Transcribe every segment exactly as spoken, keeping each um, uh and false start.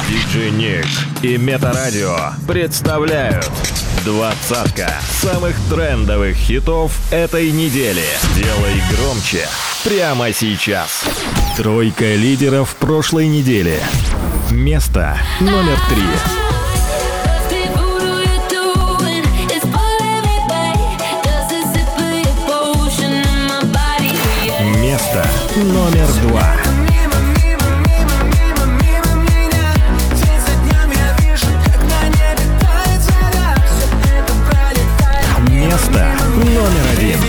диджей Ник и Метарадио представляют двадцатка самых трендовых хитов этой недели. Делай громче прямо сейчас. Тройка лидеров прошлой недели. Место номер три. Место номер два. Место номер один.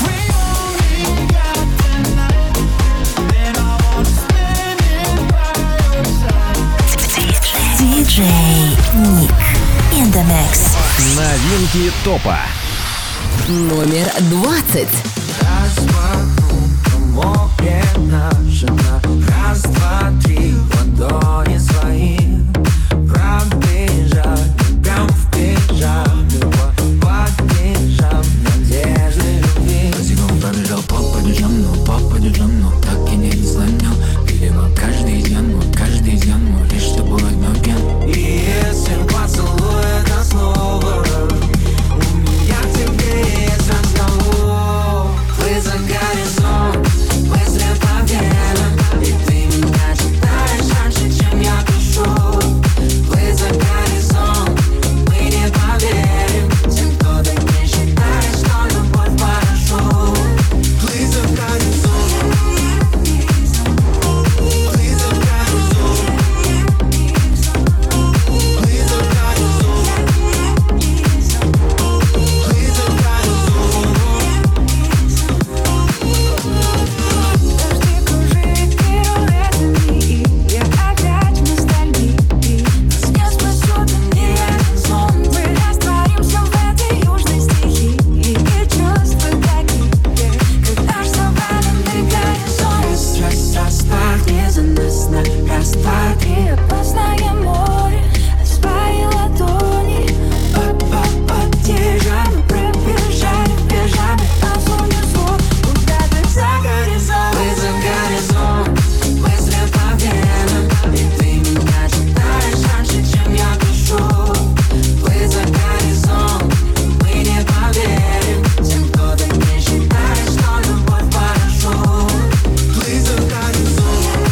диджей Ник in the mix. Новинки топа. Номер двадцать. Раз, два, море нажено. Раз, два, три, ладони свои. Пробежали, прям вбежали. Подбежал надежды любви. Босиком пробежал по падежам, но по падежам, но так и не слонял. Видимо, каждый изъян мой, каждый изъян мой, лишь чтобы возьмем ген. И если поцелуй это слово, у меня к тебе есть разговор. Вы за горизонт, быстро по венам, и ты меня читаешь раньше, чем я пишу. Вы за горизонт, мы не поверим тем, кто так не считает, что любовь хорошо. Вы за горизонт, вы за горизонт, вы за горизонт, вы за горизонт. Дожди кружит пируэтами, и я опять в ностальгии. Нас не спасет ни один сон. Мы растворимся в этой южной стихии. И чувства такие, когда ж заваленный горизонт. Страсть, асфальт, незаносна. Раз, два, три, Опасное море, а свои ладони. поддержали, пробежали, бежали. Нас унесло куда-то за горизонт. Вы за горизонт, быстро по венам, и ты меня читаешь раньше, чем я пишу. Вы за горизонт, мы не поверим тем, кто так не считает, что любовь хорошо. Вы за горизонт,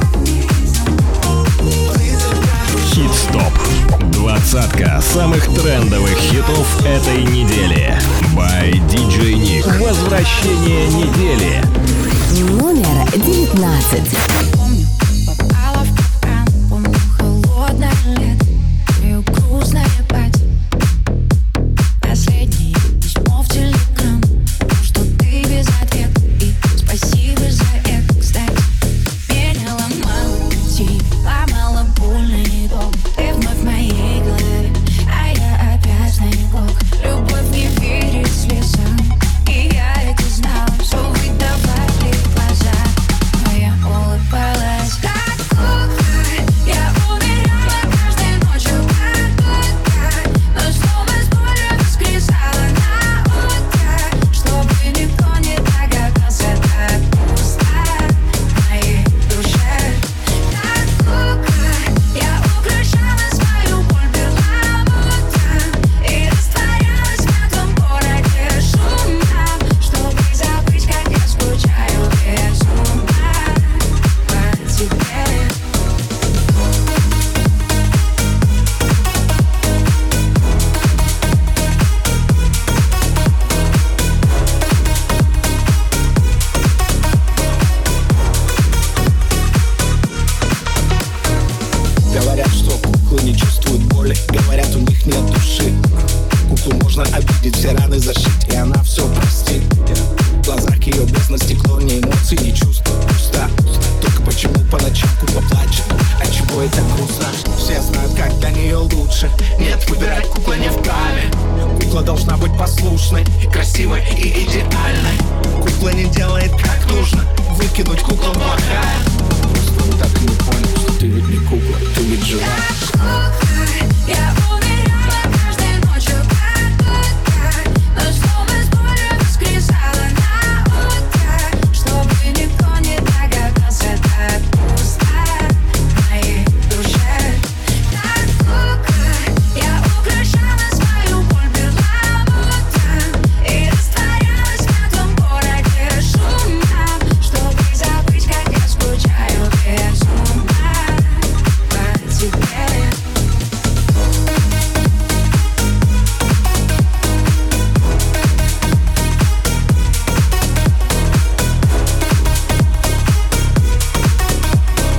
вы за горизонт. Хит-стоп. Двадцатка самых трендовых хитов этой недели. By диджей Ник. Возвращение недели. Номер девятнадцать. Помню, попала в капкан. Помню, холодное лето, твое грустное платье. Последнее письмо в телеграм, что ты без ответа. И спасибо за это, кстати. Меня ломало пути, ломало больно и долго. Ты вновь в моей голове, а я опять снегок. Любовь не верит слезам, и я это знала. Все выдавали глаза, но я улыбалась так глупо. Я умирала каждой ночью как будто, но снова с болью воскресала на утро. Чтобы никто не догадался, так пусто в моей душе. Так глупо. Я украшала свою боль перламутром и растворялась в этом городе шумном, чтобы забыть, как я скучаю безумно по тебе. Говорят, что куклы не чувствуют боли. Говорят, у них нет души. Куклу можно обидеть, все раны зашить, и она все простит. В глазах ее бездна стекло, ни эмоций, ни чувств. Пусто. Только почему по ночам кукла плачет? Отчего это грустно? Все знают, как для нее лучше. Нет, выбирать кукла не вправе. Кукла должна быть послушной, красивой и идеальной. Кукла не делает как нужно. Выкинуть куклу плохая. Просто он так и не понял, что ты ведь не кукла, ты ведь жива. Я умирала каждой ночью как будто, но снова с болью воскресала на утро. Чтобы никто не догадался, так пусто в моей душе.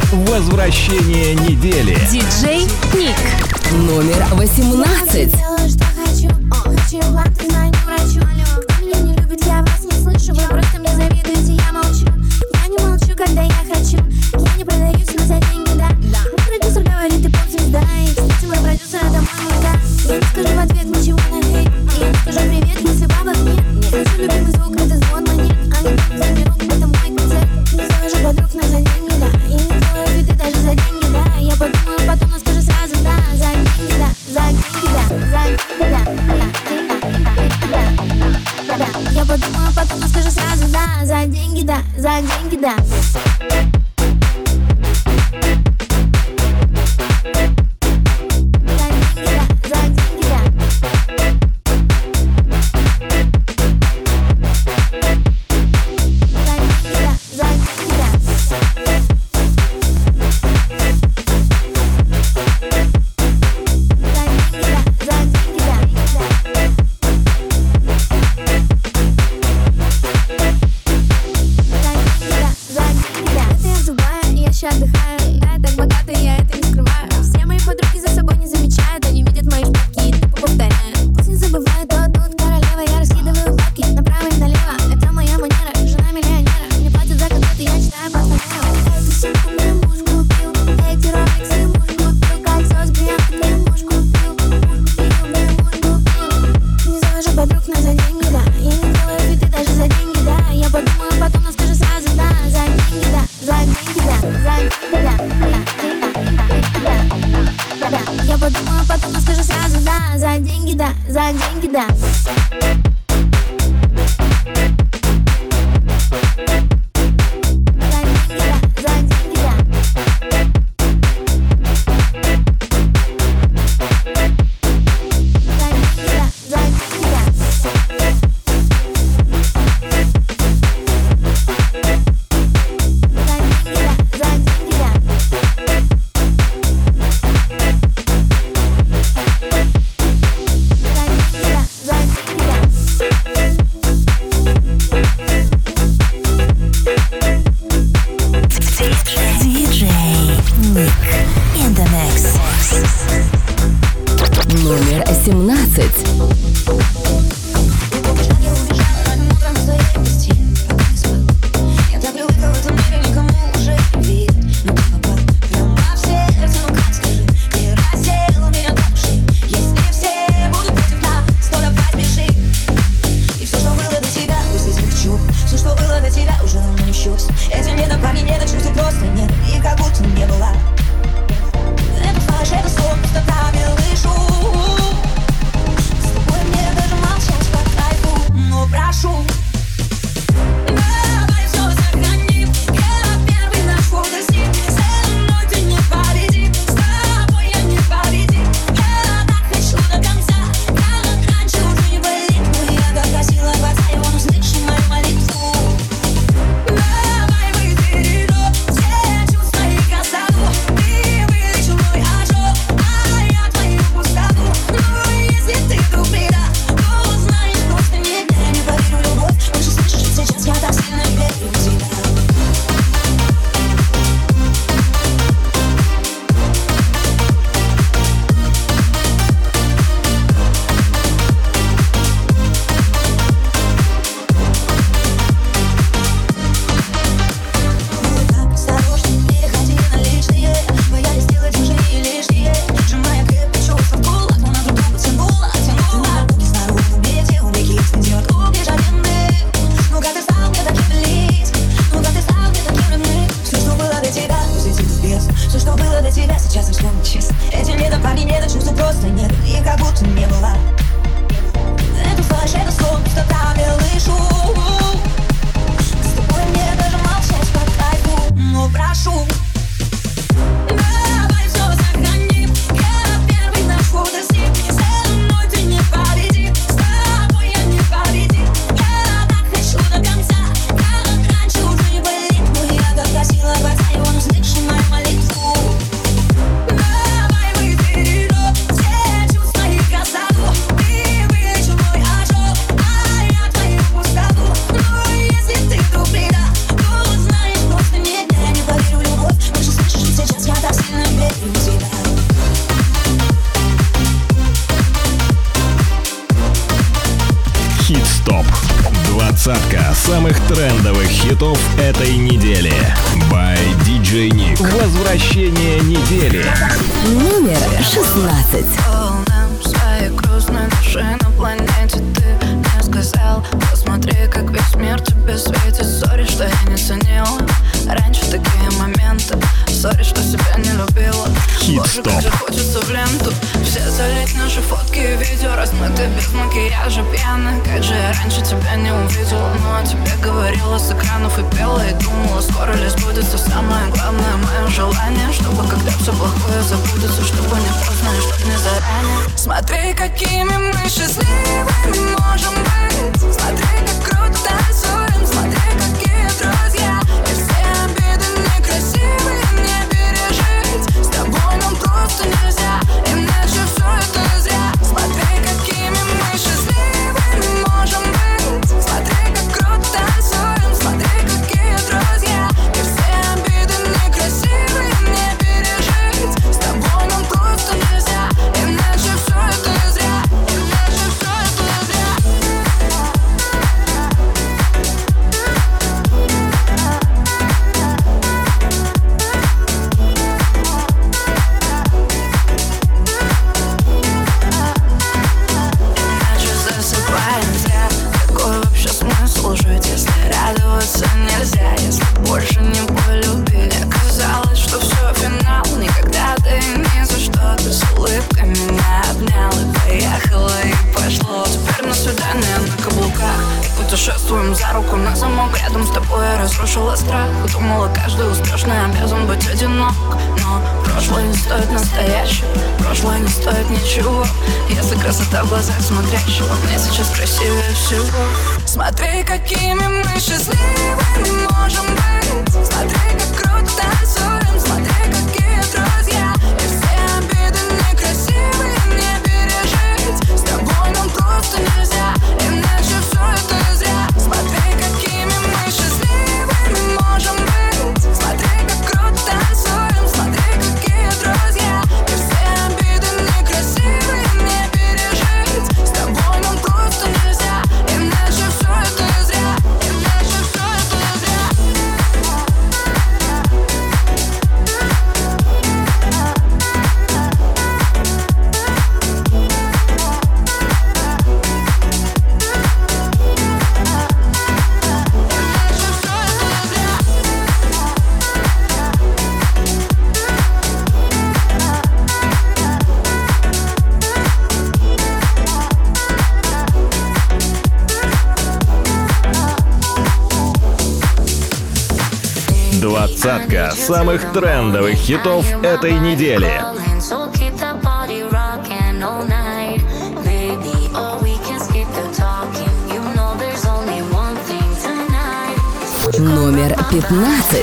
Возвращение недели. Диджей Ник. Номер восемнадцать. Делаю, что хочу, о, хочу вам, ты знаю, не врачу. Кто меня не любит, я вас не слышу. Вы просто мне завидуете, я молчу. Я не молчу, когда я хочу. Я не продаюсь, но за деньги, да. Мой продюсер говорит, ты поп-звезда. И, кстати, мой продюсер, это мой мага. Я не скажу в ответ ничего на хейт. И я не скажу привет, если бабок нет. Хочу любимый звук, это звон монет. А не так заберу, это мой концерт. Не завожу подруг, но за деньги, да. И не делаю виды даже за деньги, да. Я подумаю потом, но скажу сразу, да. За деньги, да, за деньги, да. За деньги, да, да, да. Я подумаю потом, но скажу сразу, да. За деньги, да, за деньги, да. самых трендовых хитов этой недели. By ди джей Nick. Возвращение недели. Номер шестнадцать. Волнам своей грустной души на планете ты мне сказал: посмотри, как весь мир тебе светит. Сори, что я не ценила раньше такие моменты. Сори, что себя не любила. Боже, как же хочется в ленту все залить наши фотки и видео. Размыты без макияжа, пьяны. Как же я раньше тебя не увидела. Ну а тебе говорила с экранов и пела. И думала, скоро ли сбудется самое главное мое желание. Чтобы когда все плохое забудется, чтобы не поздно и чтобы не заранее. Смотри, какими мы счастливыми можем быть. Смотри, как круто танцуем. Смотри, какие друзья. И все обиды некрасивые не пережить. С тобой нам просто нельзя, иначе все это зря. Смотри, какими мы счастливыми можем быть. Смотри, как круто танцуем. Смотри, какие друзья. И все обиды некрасивые не пережить. С тобой нам просто нельзя, иначе все это зря. Иначе все это зря. Иначе засыпаем зря. Какой вообще смысл жить, если радоваться нельзя? Если больше не полюбили. Казалось, что все финал. Никогда ты ни за что. Ты с улыбкой меня обнял и поехала, и пошло. Теперь на свидание на каблуках. Путешествуем за руку на замок. Рядом с тобой я разрушила страх. Думала, каждый успешный обязан быть одинок. Но прошлое не стоит настоящего. Прошлое не стоит ничего, если красота в глазах смотрящего. Мне сейчас красивее всего. Смотри, какими мы счастливыми можем быть. Смотри, как круто танцуем. Смотри, какие друзья. И все обиды некрасивые не пережить. С тобой нам просто нельзя, иначе все это зря. Смотри, какими мы счастливыми можем быть. Смотри, как круто танцуем. Смотри, какие друзья. И все обиды некрасивые не пережить. С тобой нам просто нельзя, иначе все это зря. Иначе все это зря. Двадцатка самых трендовых хитов этой недели. Номер пятнадцать.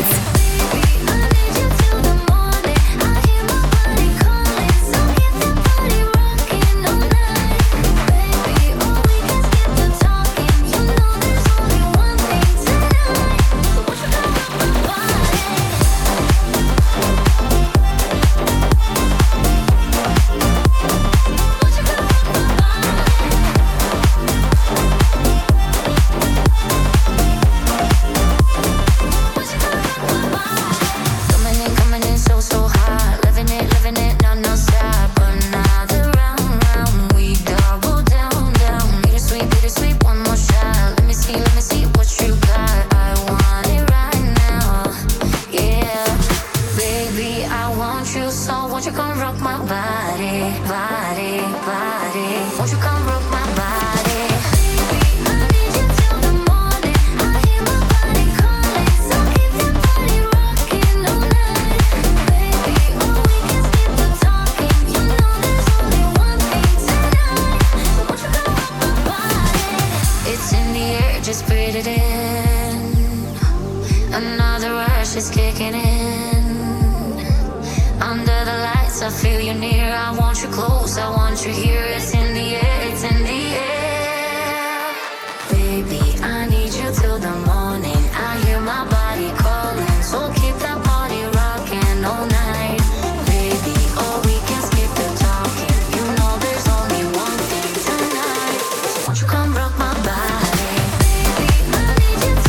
Won't you come rock my body? Baby, I need you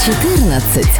четырнадцать.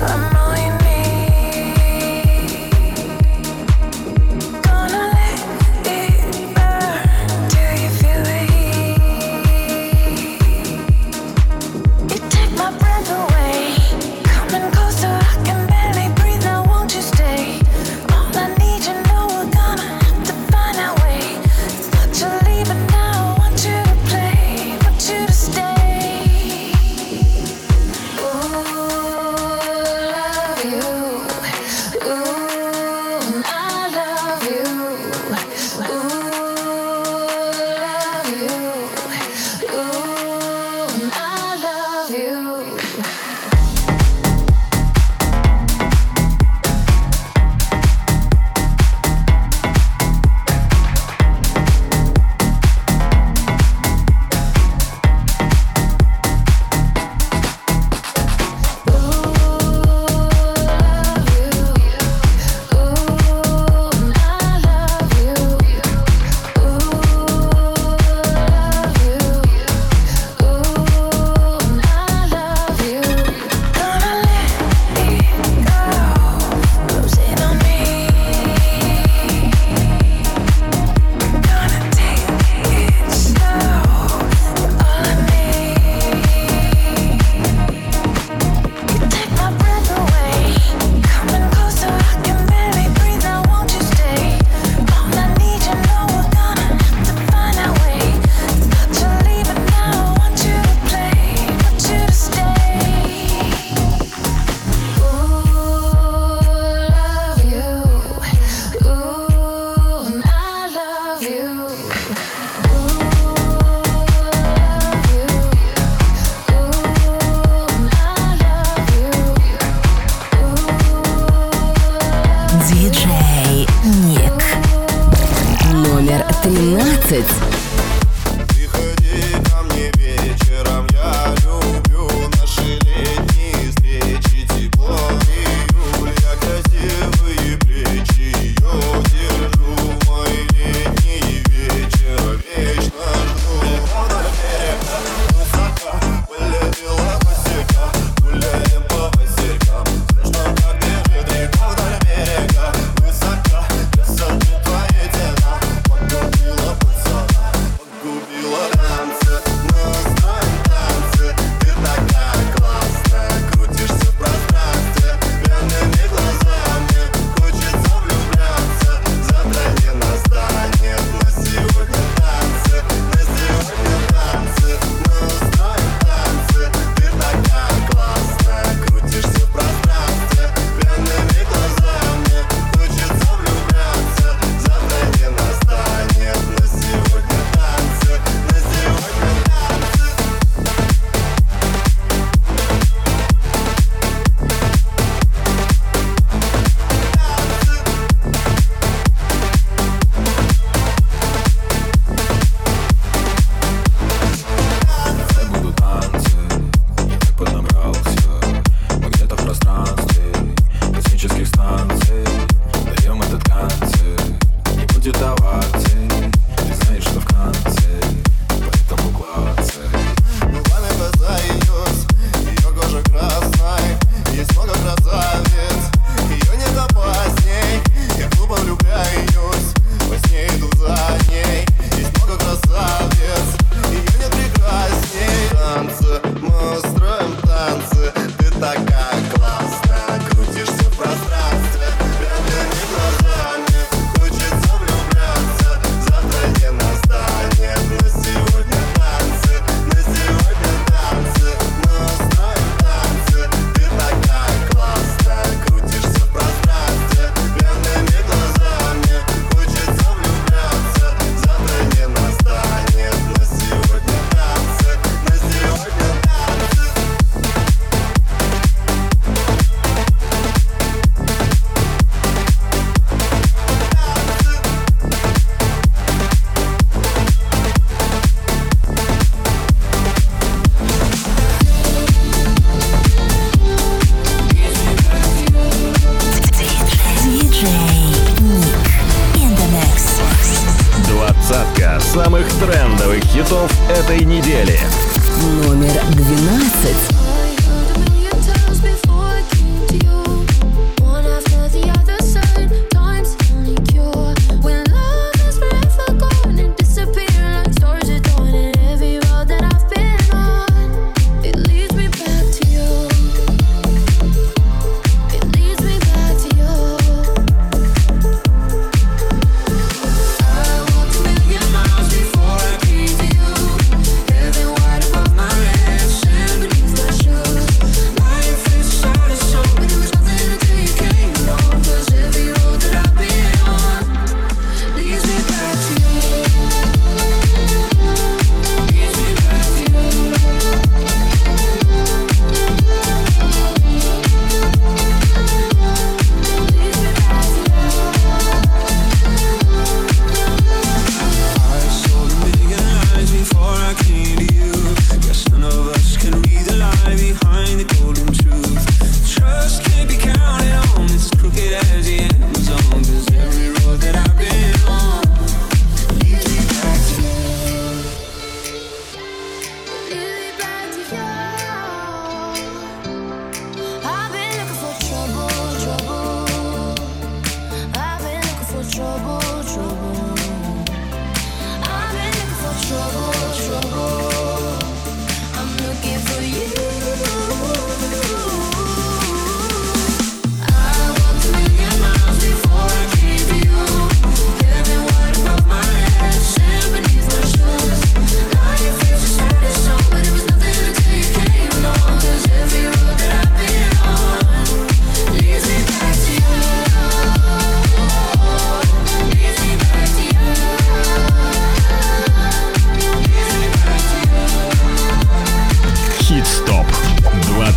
Диджей Ник. Номер тринадцать. Приходи ко мне вечером, я люблю наши летние встречи. Тепло июль, я красивые плечи ее держу. Мой летний вечер вечно жду. Вдоль берега высока, вылетела босика, гуляем по василькам. Слышно, как бежит река вдоль берега высока. Красоты твоей цена погубила пацана, погубила танцы. Мы устроим танцы, ты такая классная, крутишься в пространстве пьяными глазами. Хочется влюбляться, завтра не настанет. На сегодня танцы, на сегодня танцы. Мы устроим танцы, ты такая классная, крутишься в пространстве пьяными глазами. Хочется влюбляться, завтра не настанет. На сегодня танцы, на сегодня танцы. Это будут танцы, я так поднабрался. Мы где-то в пространстве космических станций даем этот концерт. Не будет оваций, ты знаешь, что в конце, поэтому клацай. Губами касаюсь ее кожи красной. Есть много красавиц, ее нет опасней. Я глупо влюбляюсь, во сне иду за ней. Есть много красавиц, ее нет прекрасней. Танцы, мы устроим танцы, ты такая классная, крутишься в пространстве пьяными глазами. Хочется влюбляться, завтра не настанет. На сегодня танцы, на сегодня танцы. Мы устроим танцы, ты такая классная, крутишься в пространстве пьяными глазами. Хочется влюбляться, завтра не настанет. На сегодня танцы, на сегодня танцы. Диджей Ник in the mix. Двадцатка самых трендовых хитов этой недели. Номер двенадцать. I heard a million times before.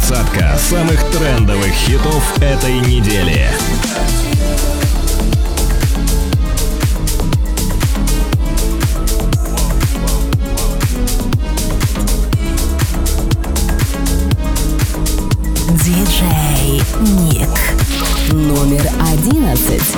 Двадцатка самых трендовых хитов этой недели. Диджей Ник. Номер одиннадцать.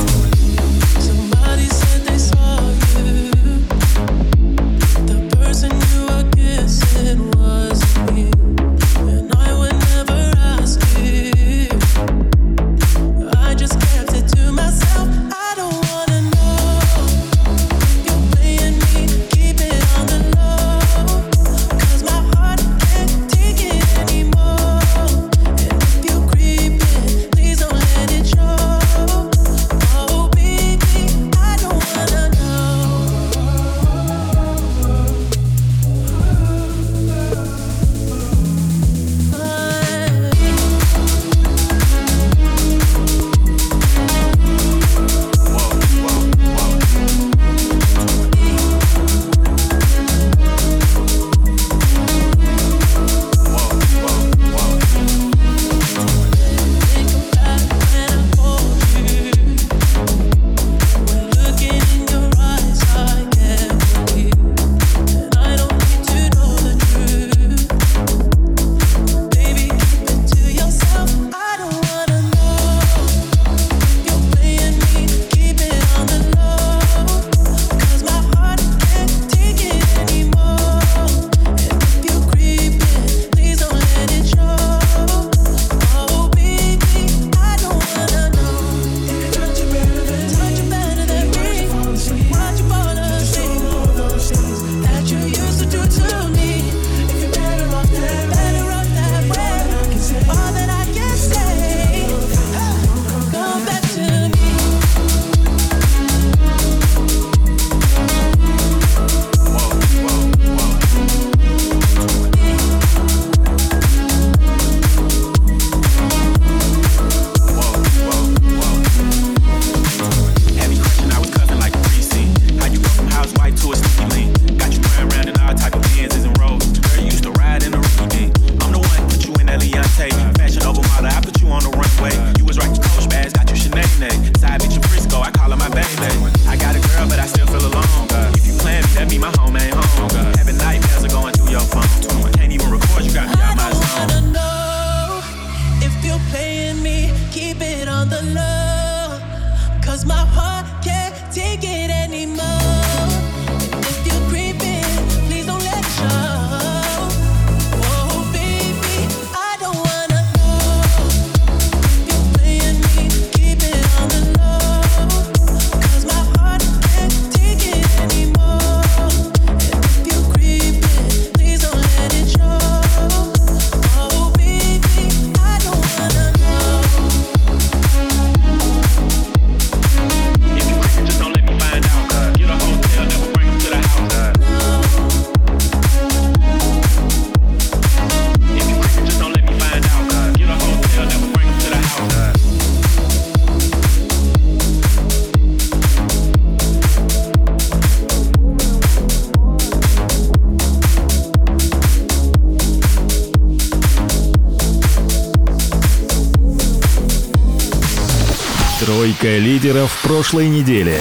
Тройка лидеров прошлой недели.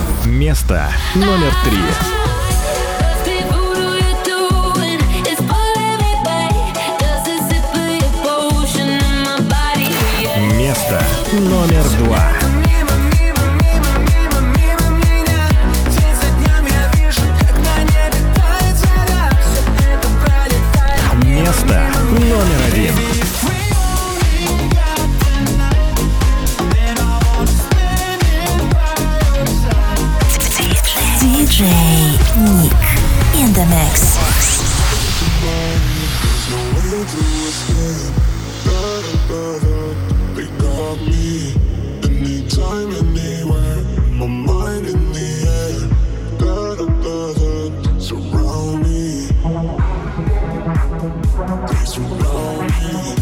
Место номер три. Место номер два. Место номер один. Диджей Ник in the mix. They got me anytime, anywhere. My mind in the air. Da da da da. Surround me. They surround me.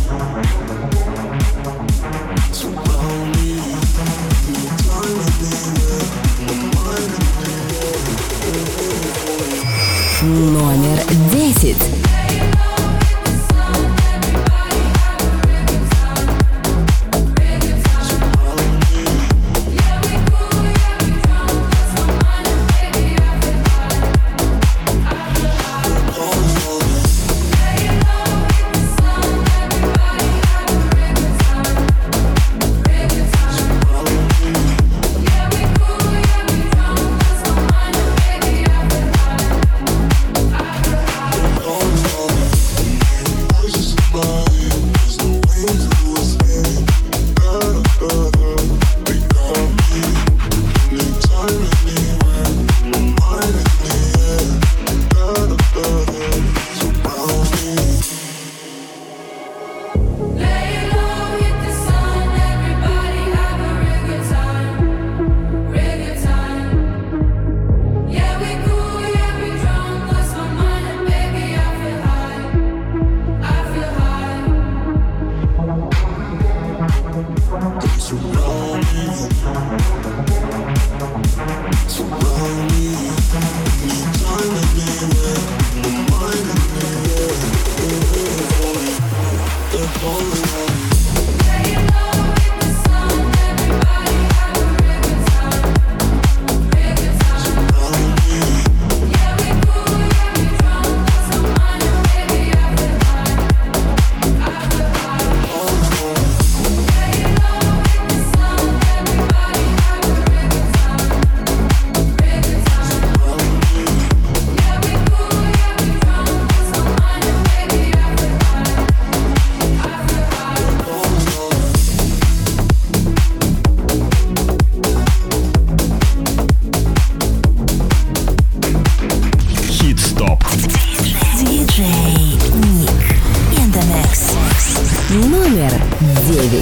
Surround me. Anytime, anywhere. My mind in the air. Номер десять. Хит-стоп. диджей Ник in the mix. Номер девять.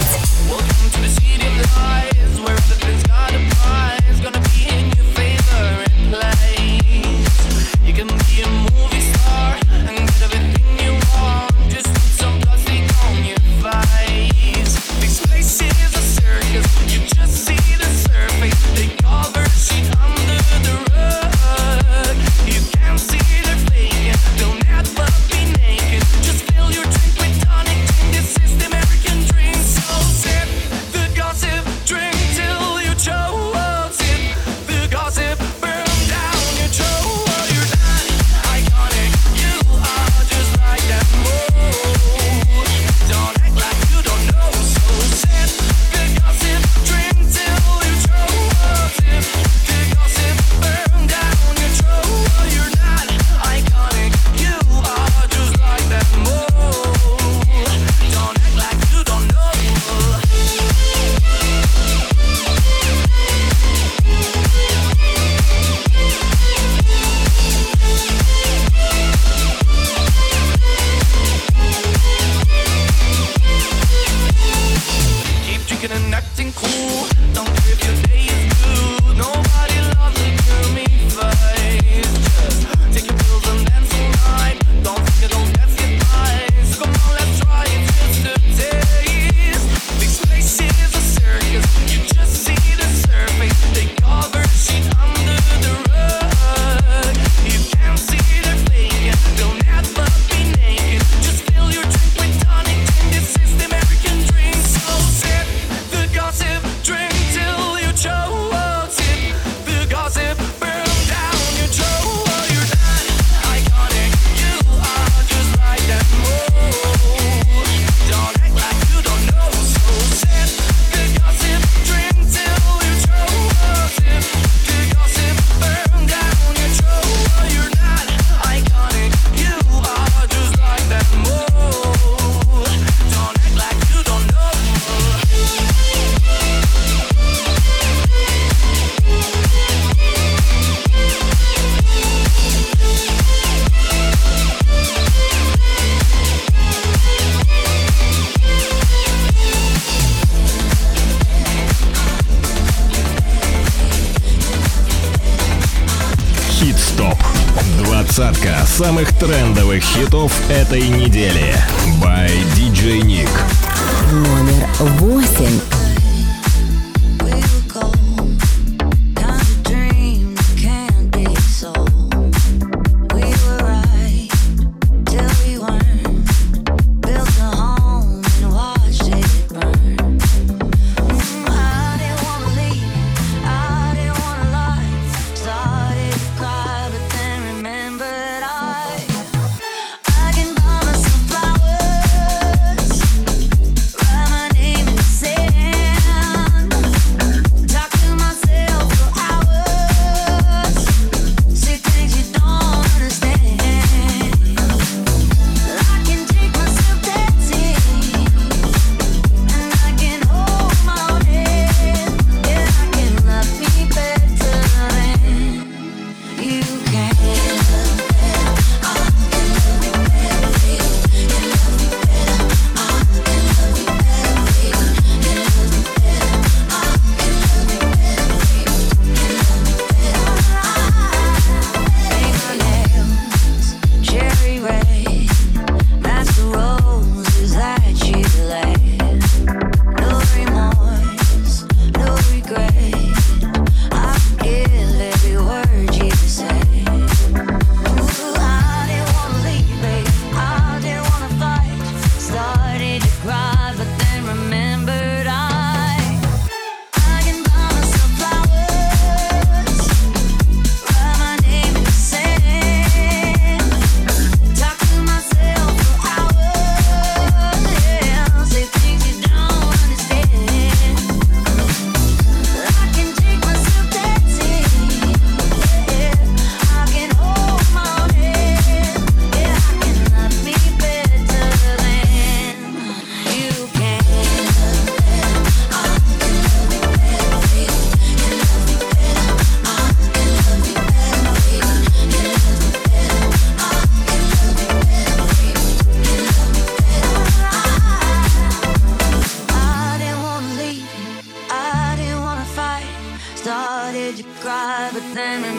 Двадцатка самых трендовых хитов этой недели. By диджей Ник. Номер восемь. Say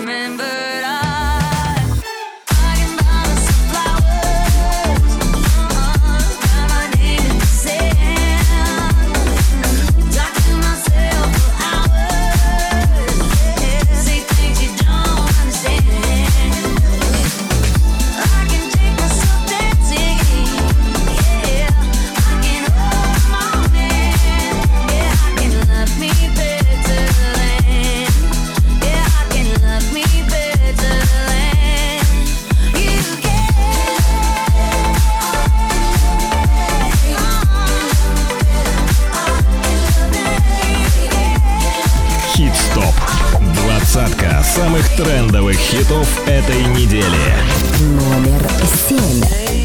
remembered. I, I can buy some flowers, uh-uh, got my name in the sand. Talk to myself for hours, yeah. Say things you don't understand. I can take myself dancing, yeah. I can hold my man, yeah. I can love me better than, yeah. I can love me better than you can. Хит-стоп. Двадцатка самых трендовых хитов этой недели. Номер семь.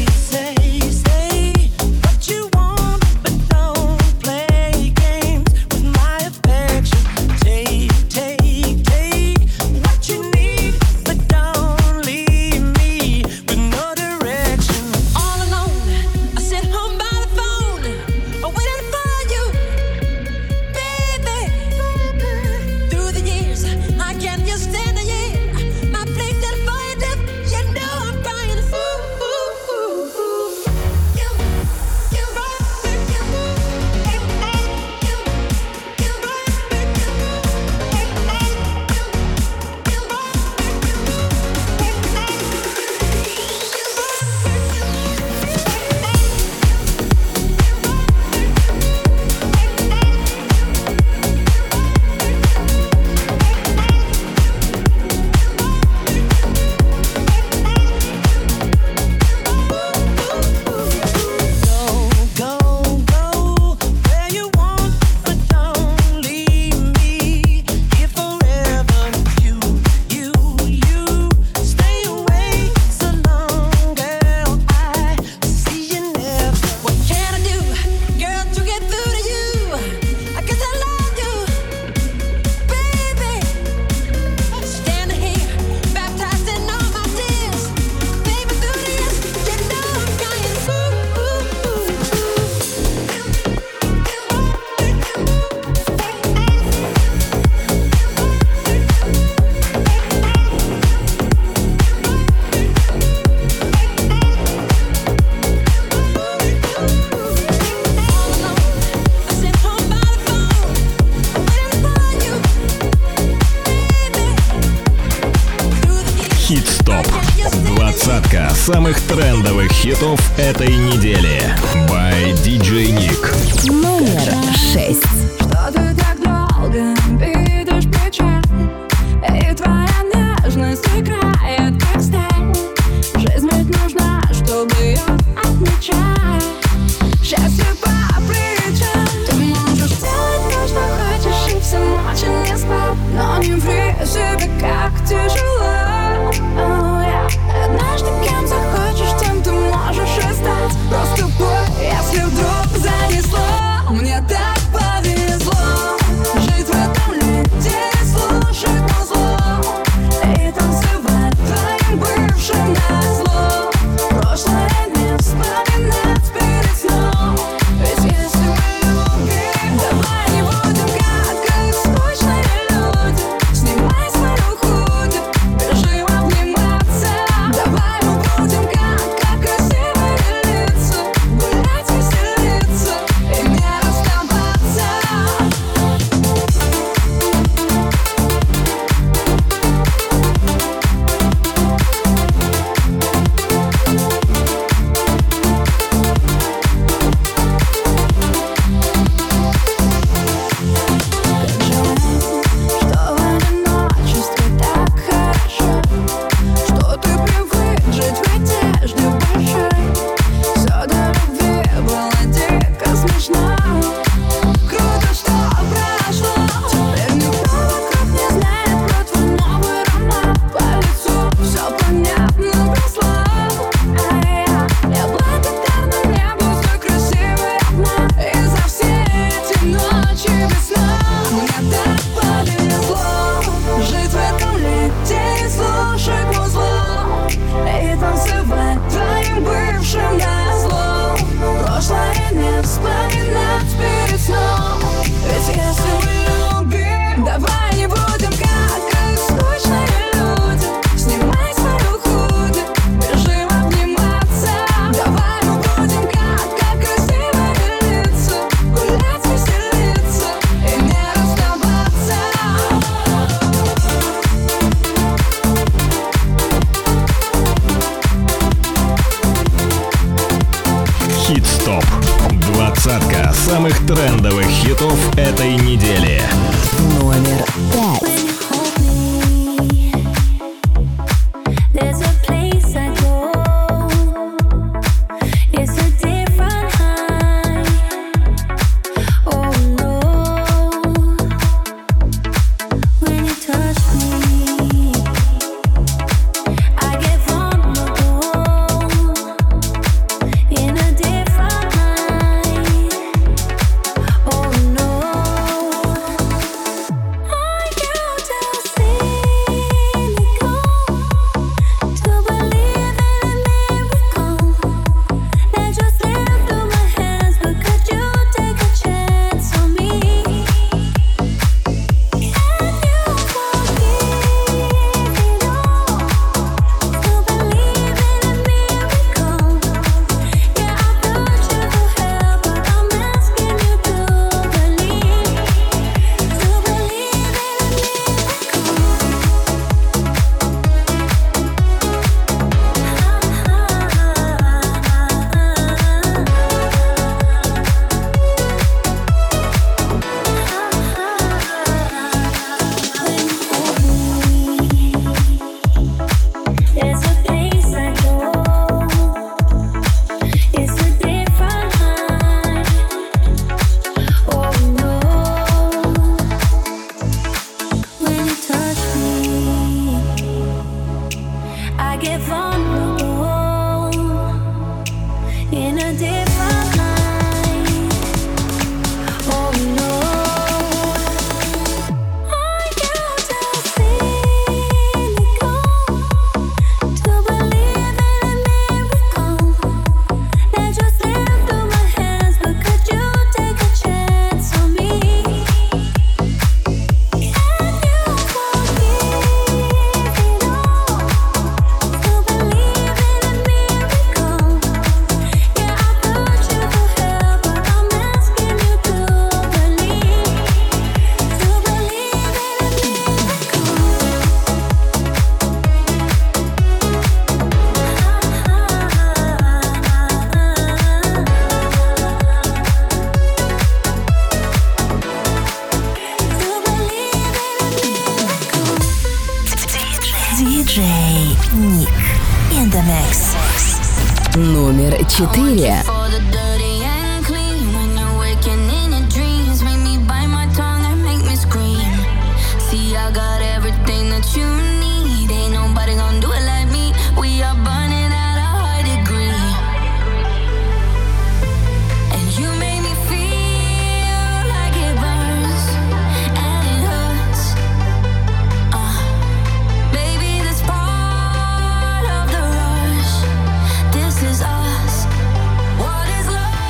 Хит-стоп. Двадцатка самых трендовых хитов этой недели. By ди джей Nick. Номер шесть. Что ты так долго видишь печаль, и твоя нежность играет как сталь. Жизнь ведь нужна, чтобы ее отмечать. Счастье по плечам. Ты можешь делать то, что хочешь, и всю ночь не спать, но не ври себе, как тяжело. Oh, yeah. Однажды кем захочешь, тем ты можешь и стать. Просто пой, если вдруг занесло. Мне так повезло. Двадцатка самых трендовых хитов этой недели. Номер пять. диджей Ник in the mix. Номер четыре. This is us. What is love?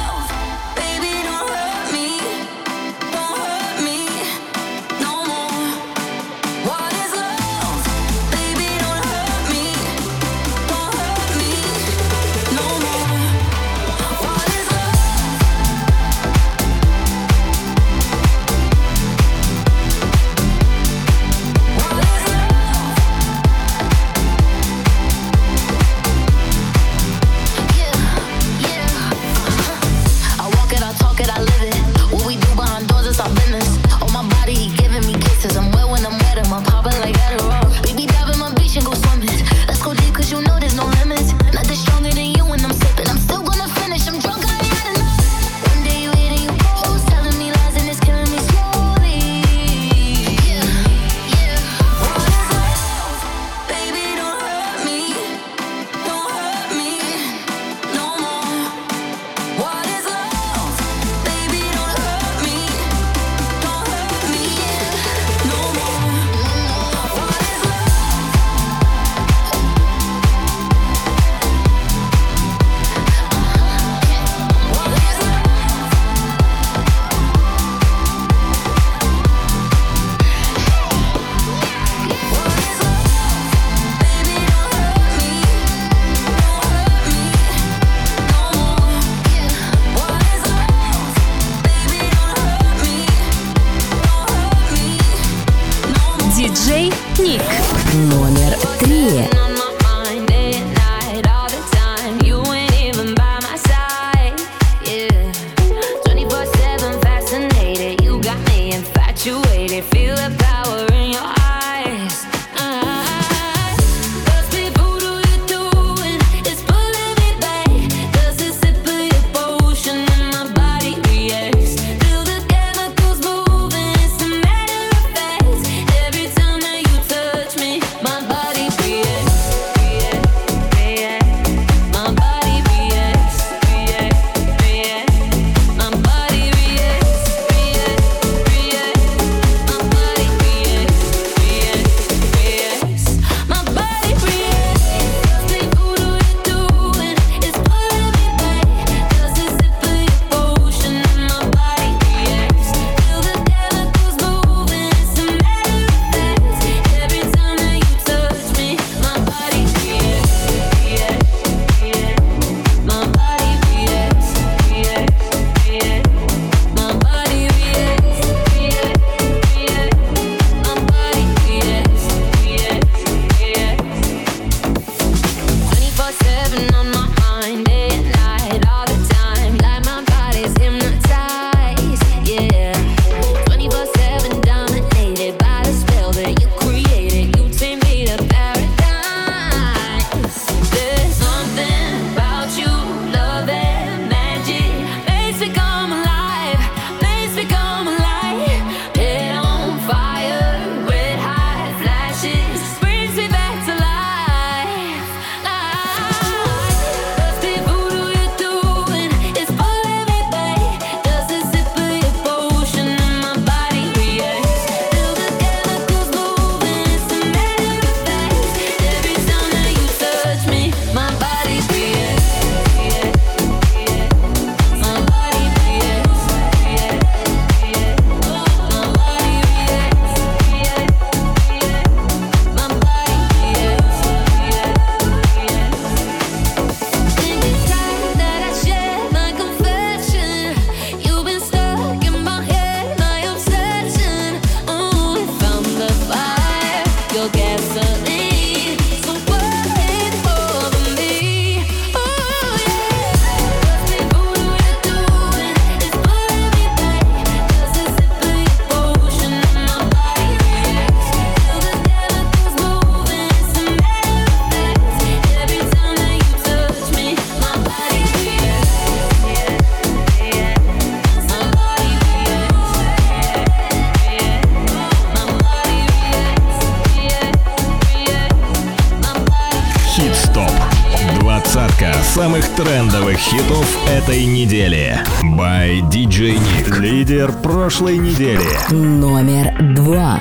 Двадцатка самых трендовых хитов этой недели. By ди джей Nick. Лидер прошлой недели. Номер два.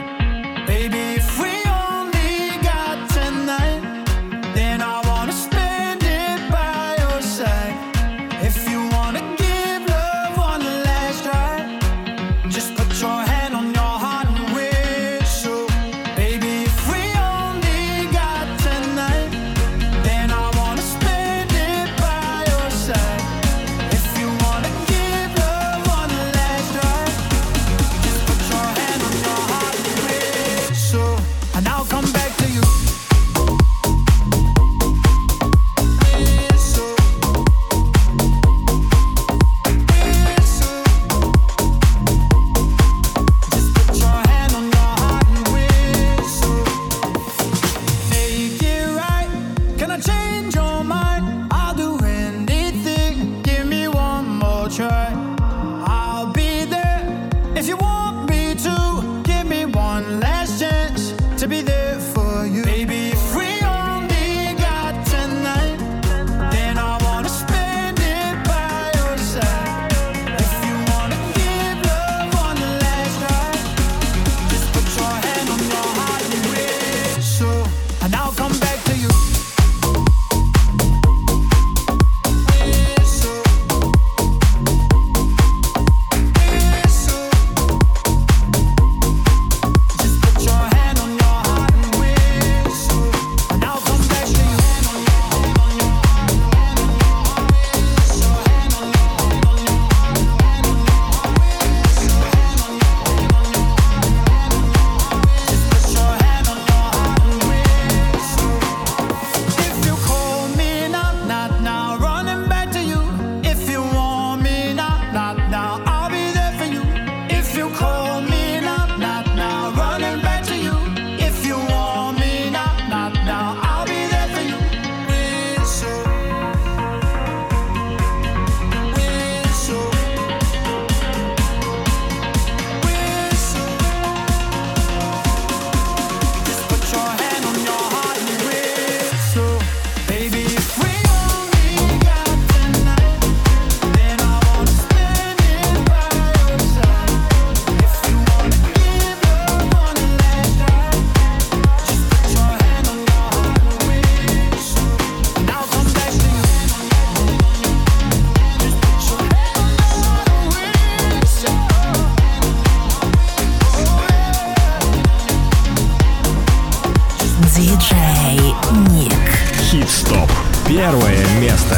ди джей Nick. Хит-стоп. Первое место.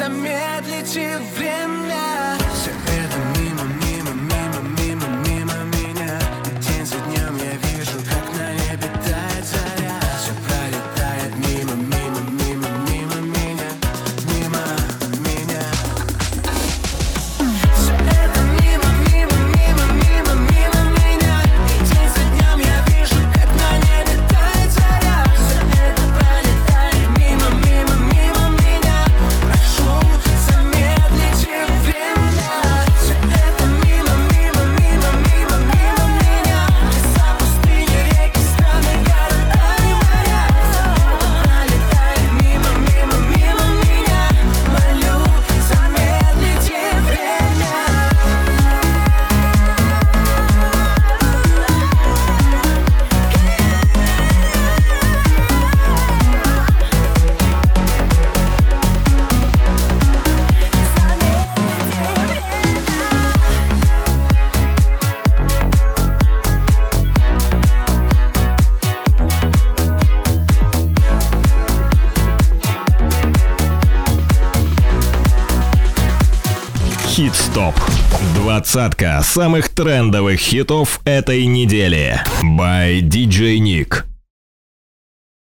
замедлите время. Все это мимо, мимо, мимо, мимо, мимо меня. И день за днем я вижу, как на небе тает заря. Все пролетает мимо, мимо, мимо, мимо меня, мимо меня. Все это мимо, мимо, мимо, мимо, мимо меня. И день за днем я вижу, как на небе тает заря. Все это пролетает мимо, мимо, мимо меня. Прошу, замедлите время. Все это мимо, мимо, мимо, мимо, мимо меня. Леса, пустыни, реки, страны, города и моря. Пролетает мимо, мимо, мимо меня. Молю, замедлите время. Хит-стоп. Двадцатка самых трендовых хитов этой недели. By ди джей Nick.